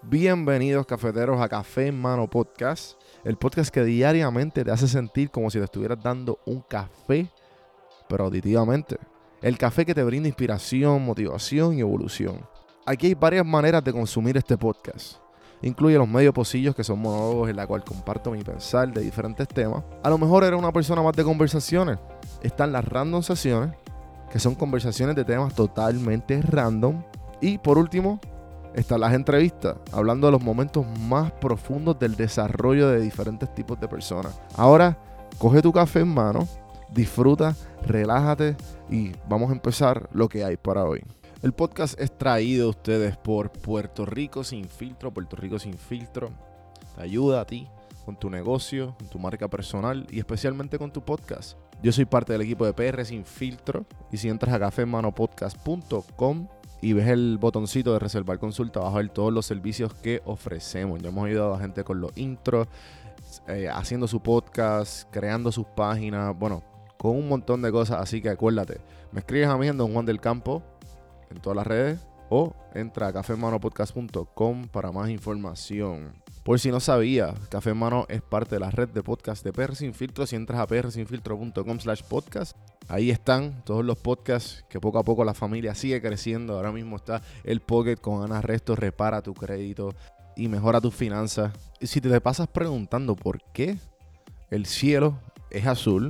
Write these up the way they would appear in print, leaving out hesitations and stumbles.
Bienvenidos cafeteros a Café en Mano Podcast, el podcast que diariamente te hace sentir como si te estuvieras dando un café, pero auditivamente. El café que te brinda inspiración, motivación y evolución. Aquí hay varias maneras de consumir este podcast. Incluye los medios pocillos, que son monólogos en la cual comparto mi pensar de diferentes temas. A lo mejor eres una persona más de conversaciones. Están las random sesiones, que son conversaciones de temas totalmente random. Y por último, están las entrevistas, hablando de los momentos más profundos del desarrollo de diferentes tipos de personas. Ahora, coge tu café en mano, disfruta, relájate y vamos a empezar lo que hay para hoy. El podcast es traído a ustedes por Puerto Rico Sin Filtro. Puerto Rico Sin Filtro te ayuda a ti con tu negocio, con tu marca personal y especialmente con tu podcast. Yo soy parte del equipo de PR Sin Filtro y si entras a cafemanopodcast.com y ves el botoncito de reservar consulta, vas a ver todos los servicios que ofrecemos. Ya hemos ayudado a gente con los intros, haciendo su podcast, creando sus páginas, bueno, con un montón de cosas. Así que acuérdate, me escribes a mí en Don Juan del Campo en todas las redes o entra a cafemanopodcast.com para más información. Por si no sabía, Café en Mano es parte de la red de podcast de PR Sin Filtro. Si entras a prsinfiltro.com/podcast, ahí están todos los podcasts que poco a poco la familia sigue creciendo. Ahora mismo está el Pocket con Ana Resto, repara tu crédito y mejora tus finanzas. Y si te pasas preguntando por qué el cielo es azul,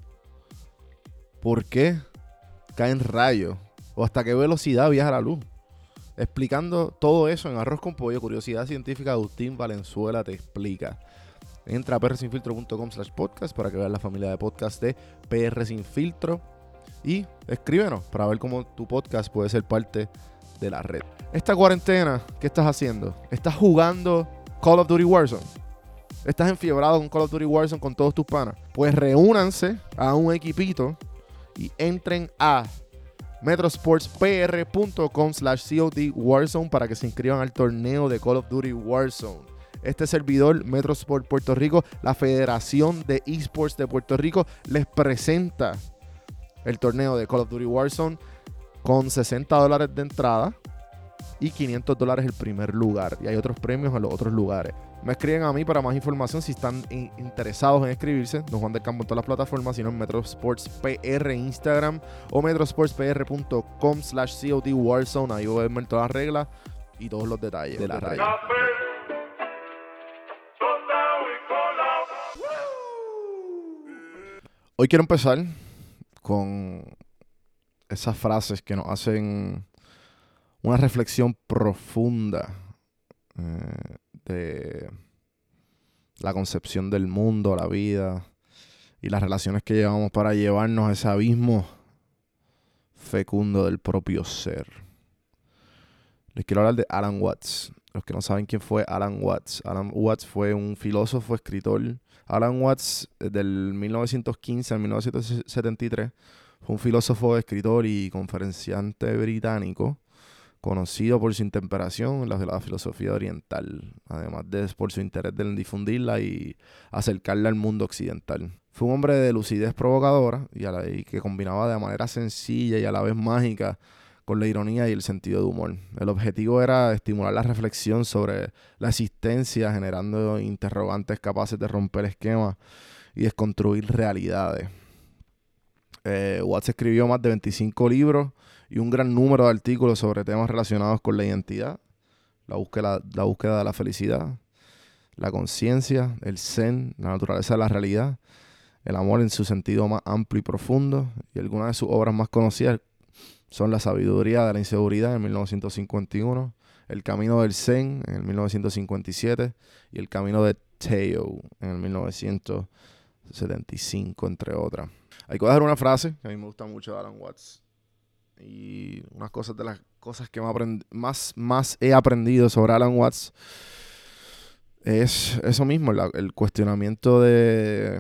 por qué caen rayos o hasta qué velocidad viaja la luz, explicando todo eso en Arroz con Pollo, Curiosidad Científica, Agustín Valenzuela te explica. Entra a prsinfiltro.com/podcast para que veas la familia de podcast de PR Sin Filtro y escríbenos para ver cómo tu podcast puede ser parte de la red. Esta cuarentena, ¿qué estás haciendo? ¿Estás jugando Call of Duty Warzone? ¿Estás enfiebrado con Call of Duty Warzone con todos tus panas? Pues reúnanse a un equipito y entren a metrosportspr.com/COD Warzone para que se inscriban al torneo de Call of Duty Warzone. Este servidor, Metrosport Puerto Rico, la Federación de Esports de Puerto Rico, les presenta el torneo de Call of Duty Warzone con $60 de entrada y $500 el primer lugar. Y hay otros premios en los otros lugares. Me escriben a mí para más información si están interesados en inscribirse. Don Juan del Campo en todas las plataformas, sino en MetrosportsPR en Instagram o metrosportspr.com/COD Warzone. Ahí voy a ver todas las reglas y todos los detalles de la raya. Hoy quiero empezar con esas frases que nos hacen una reflexión profunda de la concepción del mundo, la vida y las relaciones que llevamos para llevarnos a ese abismo fecundo del propio ser. Les quiero hablar de Alan Watts. Los que no saben quién fue Alan Watts. Alan Watts fue un filósofo, escritor. Alan Watts, del 1915 al 1973, fue un filósofo, escritor y conferenciante británico, conocido por su intemperación en la filosofía oriental, además de por su interés en difundirla y acercarla al mundo occidental. Fue un hombre de lucidez provocadora y que combinaba de manera sencilla y a la vez mágica con la ironía y el sentido de humor. El objetivo era estimular la reflexión sobre la existencia, generando interrogantes capaces de romper esquemas y desconstruir realidades. Watts escribió más de 25 libros y un gran número de artículos sobre temas relacionados con la identidad, la búsqueda de la felicidad, la conciencia, el zen, la naturaleza de la realidad, el amor en su sentido más amplio y profundo. Y algunas de sus obras más conocidas son La sabiduría de la inseguridad en 1951, El camino del zen en el 1957 y El camino de Tao en el 1975, entre otras. Hay que dejar una frase que a mí me gusta mucho de Alan Watts. Y unas cosas de las cosas que más he aprendido sobre Alan Watts es eso mismo, el cuestionamiento del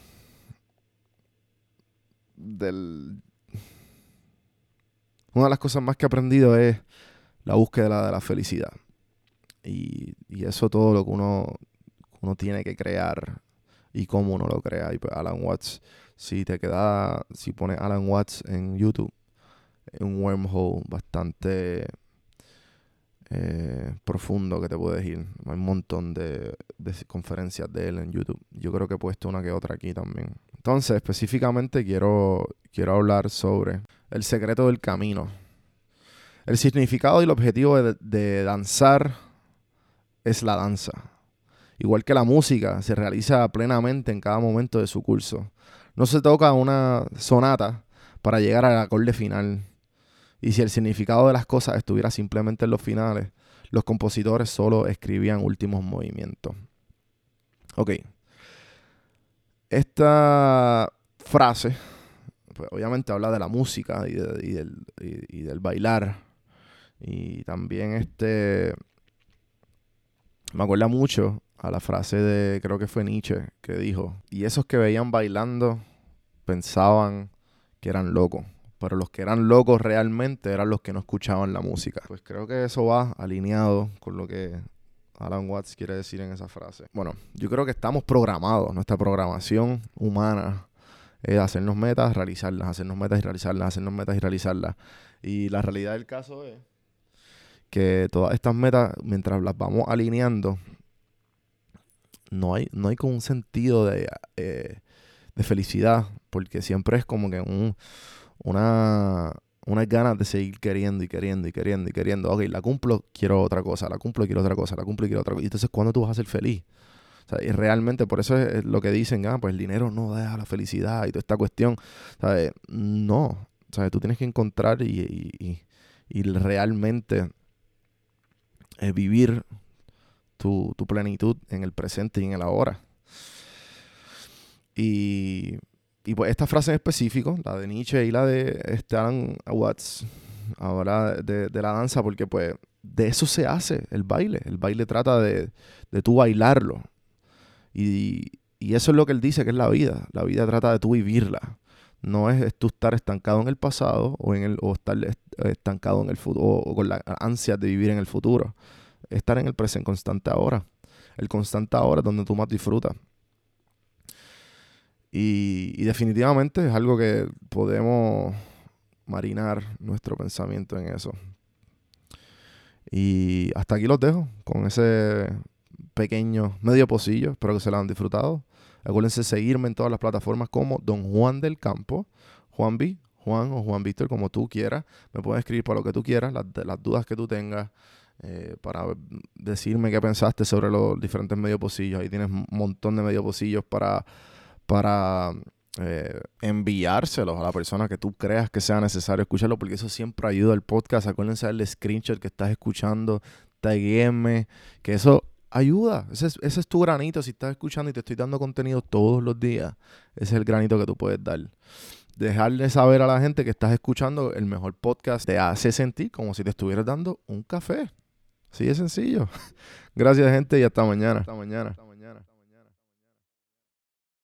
una de las cosas más que he aprendido es la búsqueda de la felicidad. Y eso todo lo que uno tiene que crear y cómo uno lo crea. Y pues Alan Watts, si pones Alan Watts en YouTube, un wormhole bastante profundo que te puedes ir. Hay un montón de conferencias de él en YouTube. Yo creo que he puesto una que otra aquí también. Entonces, específicamente quiero hablar sobre el secreto del camino. El significado y el objetivo de danzar es la danza. Igual que la música, se realiza plenamente en cada momento de su curso. No se toca una sonata para llegar al acorde final. Y si el significado de las cosas estuviera simplemente en los finales, los compositores solo escribían últimos movimientos. Ok. Esta frase, pues obviamente habla de la música y del bailar. Y también me acuerda mucho a la frase de, creo que fue Nietzsche, que dijo, y esos que veían bailando pensaban que eran locos. Pero los que eran locos realmente eran los que no escuchaban la música. Pues creo que eso va alineado con lo que Alan Watts quiere decir en esa frase. Bueno, yo creo que estamos programados. Nuestra programación humana es hacernos metas, realizarlas, hacernos metas y realizarlas, hacernos metas y realizarlas. Y la realidad del caso es que todas estas metas, mientras las vamos alineando, no hay como un sentido de felicidad, porque siempre es como que unas ganas de seguir queriendo y queriendo y queriendo y queriendo. Ok, la cumplo, quiero otra cosa, la cumplo, quiero otra cosa, la cumplo y quiero otra cosa. Y entonces, ¿cuándo tú vas a ser feliz? O sea, y realmente, por eso es lo que dicen, pues el dinero no da la felicidad y toda esta cuestión. ¿Sabes? No. ¿Sabes? Tú tienes que encontrar y realmente vivir tu plenitud en el presente y en el ahora. Y pues esta frase en específico, la de Nietzsche y la de Alan Watts, ahora de la danza, porque pues de eso se hace el baile. El baile trata de tú bailarlo. Y eso es lo que él dice que es la vida. La vida trata de tú vivirla. No es tú estar estancado en el pasado o estar estancado en el futuro o con la ansia de vivir en el futuro. Estar en el presente constante ahora. El constante ahora es donde tú más disfrutas. Y definitivamente es algo que podemos marinar nuestro pensamiento en eso. Y hasta aquí los dejo con ese pequeño medio pocillo. Espero que se lo hayan disfrutado. Acuérdense de seguirme en todas las plataformas como Don Juan del Campo, Juan B, Juan o Juan Víctor, como tú quieras. Me puedes escribir para lo que tú quieras, las dudas que tú tengas, para decirme qué pensaste sobre los diferentes medio pocillos. Ahí tienes un montón de medio pocillos para enviárselos a la persona que tú creas que sea necesario escucharlo, porque eso siempre ayuda al podcast. Acuérdense del screenshot que estás escuchando, taguéenme, que eso ayuda. Ese es tu granito. Si estás escuchando y te estoy dando contenido todos los días, ese es el granito que tú puedes dar. Dejarle saber a la gente que estás escuchando el mejor podcast te hace sentir como si te estuvieras dando un café. Así de sencillo. Gracias, gente, y hasta mañana. Hasta mañana.